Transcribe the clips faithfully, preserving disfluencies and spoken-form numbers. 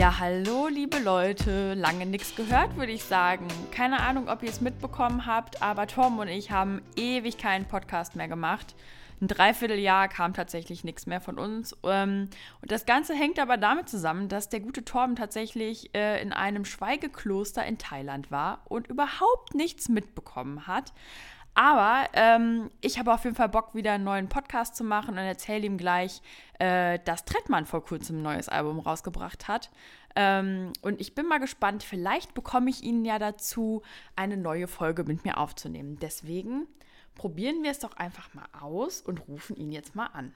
Ja, hallo liebe Leute, lange nichts gehört, würde ich sagen. Keine Ahnung, ob ihr es mitbekommen habt, aber Tom und ich haben ewig keinen Podcast mehr gemacht. Ein Dreivierteljahr kam tatsächlich nichts mehr von uns. Und das Ganze hängt aber damit zusammen, dass der gute Torben tatsächlich äh, in einem Schweigekloster in Thailand war und überhaupt nichts mitbekommen hat. Aber ähm, ich habe auf jeden Fall Bock, wieder einen neuen Podcast zu machen und erzähle ihm gleich, äh, dass Trettmann vor kurzem ein neues Album rausgebracht hat. Ähm, und ich bin mal gespannt, vielleicht bekomme ich ihn ja dazu, eine neue Folge mit mir aufzunehmen. Deswegen probieren wir es doch einfach mal aus und rufen ihn jetzt mal an.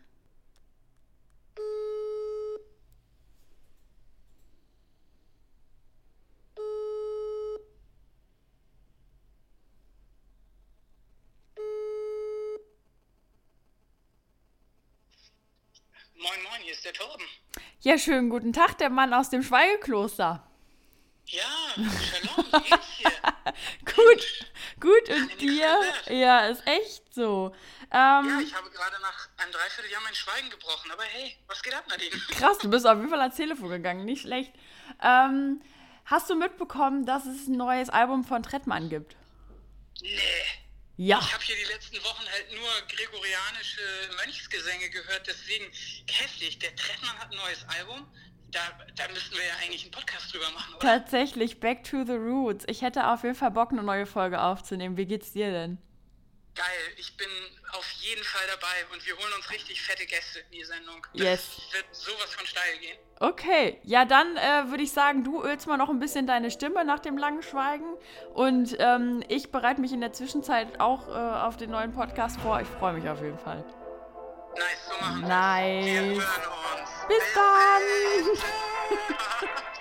Moin, moin, hier ist der Torben. Ja, schönen guten Tag, der Mann aus dem Schweigekloster. Ja, Shalom, wie geht's dir? Gut, gut Lange und nichts dir? gehört. Ja, ist echt so. Ja, Ähm, ich habe gerade nach einem Dreivierteljahr mein Schweigen gebrochen, aber hey, was geht ab, Nadine? krass, du bist auf jeden Fall ans Telefon gegangen, nicht schlecht. Ähm, hast du mitbekommen, dass es ein neues Album von Trettmann gibt? Nee, Ja. ich habe hier die letzten Wochen halt nur gregorianische Mönchsgesänge gehört, deswegen heftig. Der Trettmann hat ein neues Album, da, da müssten wir ja eigentlich einen Podcast drüber machen, oder? Tatsächlich, Back to the Roots. Ich hätte auf jeden Fall Bock, eine neue Folge aufzunehmen. Wie geht's dir denn? Geil, ich bin auf jeden Fall dabei und wir holen uns richtig fette Gäste in die Sendung. Das Yes. wird sowas von steil gehen. Okay, ja dann äh, würde ich sagen, du ölst mal noch ein bisschen deine Stimme nach dem langen Schweigen und ähm, ich bereite mich in der Zwischenzeit auch äh, auf den neuen Podcast vor. Ich freue mich auf jeden Fall. Nice, so machen wir. Nice. Wir hören uns. Bis dann! dann!